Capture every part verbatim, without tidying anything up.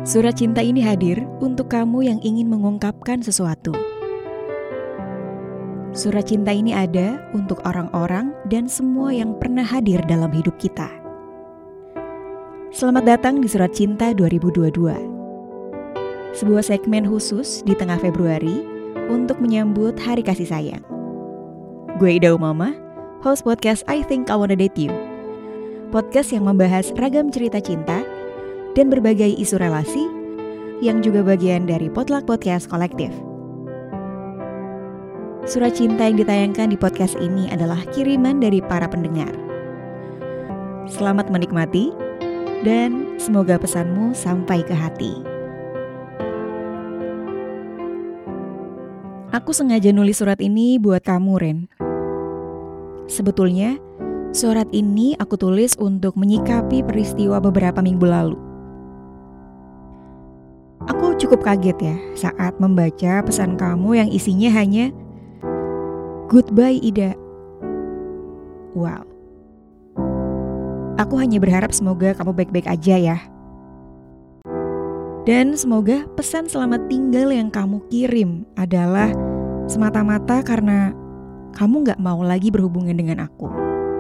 Surat cinta ini hadir untuk kamu yang ingin mengungkapkan sesuatu. Surat cinta ini ada untuk orang-orang dan semua yang pernah hadir dalam hidup kita. Selamat datang di Surat Cinta dua ribu dua puluh dua. Sebuah segmen khusus di tengah Februari untuk menyambut Hari Kasih Sayang. Gue Ida Umama, host podcast I Think I Wanna Date You. Podcast yang membahas ragam cerita cinta dan berbagai isu relasi yang juga bagian dari Potluck Podcast Kolektif. Surat cinta yang ditayangkan di podcast ini adalah kiriman dari para pendengar. Selamat menikmati dan semoga pesanmu sampai ke hati. Aku sengaja nulis surat ini buat kamu, Ren. Sebetulnya, surat ini aku tulis untuk menyikapi peristiwa beberapa minggu lalu. Aku cukup kaget ya saat membaca pesan kamu yang isinya hanya "Goodbye Ida." Wow. Aku hanya berharap semoga kamu baik-baik aja ya. Dan semoga pesan selamat tinggal yang kamu kirim adalah semata-mata karena kamu gak mau lagi berhubungan dengan aku.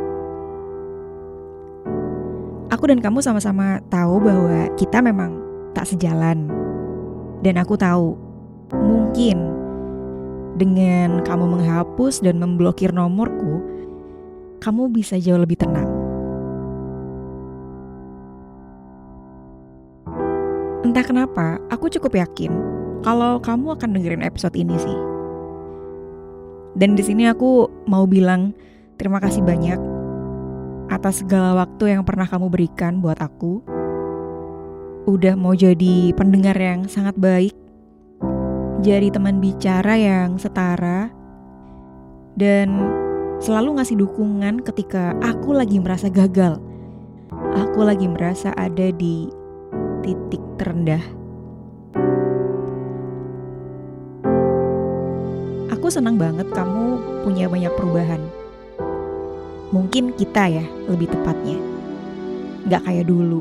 Aku dan kamu sama-sama tahu bahwa kita memang tak sejalan. Dan aku tahu, mungkin dengan kamu menghapus dan memblokir nomorku, kamu bisa jauh lebih tenang. Entah kenapa, aku cukup yakin kalau kamu akan dengerin episode ini sih. Dan di sini aku mau bilang terima kasih banyak atas segala waktu yang pernah kamu berikan buat aku. Udah mau jadi pendengar yang sangat baik, jadi teman bicara yang setara, dan selalu ngasih dukungan ketika aku lagi merasa gagal. Aku lagi merasa ada di titik terendah. Aku senang banget kamu punya banyak perubahan. Mungkin kita ya, lebih tepatnya. Gak kayak dulu.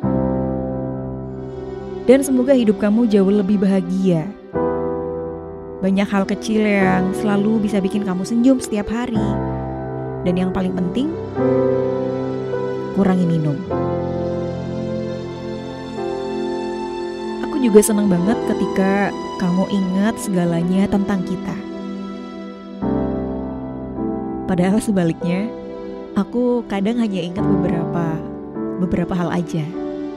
Dan semoga hidup kamu jauh lebih bahagia. Banyak hal kecil yang selalu bisa bikin kamu senyum setiap hari. Dan yang paling penting, kurangi minum. Aku juga senang banget ketika kamu ingat segalanya tentang kita. Padahal sebaliknya, aku kadang hanya ingat beberapa beberapa hal aja.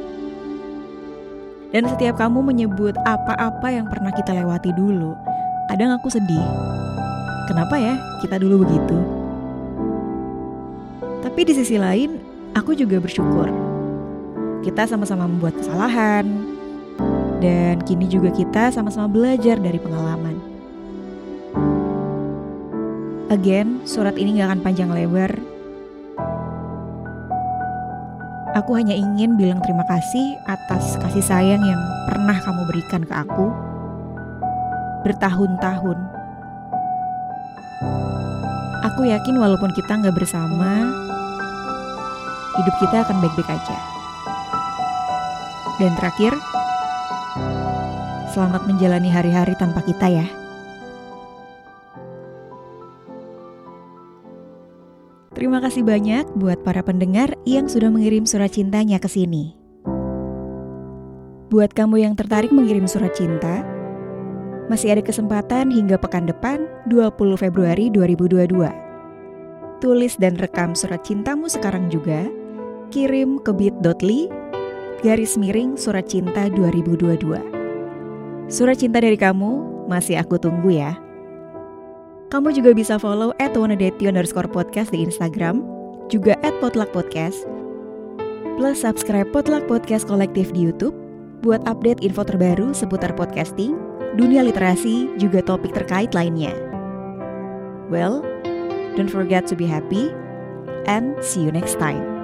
Dan setiap kamu menyebut apa-apa yang pernah kita lewati dulu, kadang aku sedih. Kenapa ya kita dulu begitu? Tapi di sisi lain, aku juga bersyukur. Kita sama-sama membuat kesalahan, dan kini juga kita sama-sama belajar dari pengalaman. Again, surat ini gak akan panjang lebar. Aku hanya ingin bilang terima kasih atas kasih sayang yang pernah kamu berikan ke aku bertahun-tahun. Aku yakin walaupun kita gak bersama, hidup kita akan baik-baik aja. Dan terakhir, selamat menjalani hari-hari tanpa kita ya. Terima kasih banyak buat para pendengar yang sudah mengirim surat cintanya ke sini. Buat kamu yang tertarik mengirim surat cinta, masih ada kesempatan hingga pekan depan dua puluh Februari dua ribu dua puluh dua. Tulis dan rekam surat cintamu sekarang juga. Kirim ke bit.ly garis miring surat cinta dua ribu dua puluh dua. Surat cinta dari kamu masih aku tunggu ya. Kamu juga bisa follow at wannadate you underscore podcast di Instagram, juga at potluck podcast. Plus subscribe Potluck Podcast Kolektif di YouTube buat update info terbaru seputar podcasting, dunia literasi, juga topik terkait lainnya. Well, don't forget to be happy and see you next time.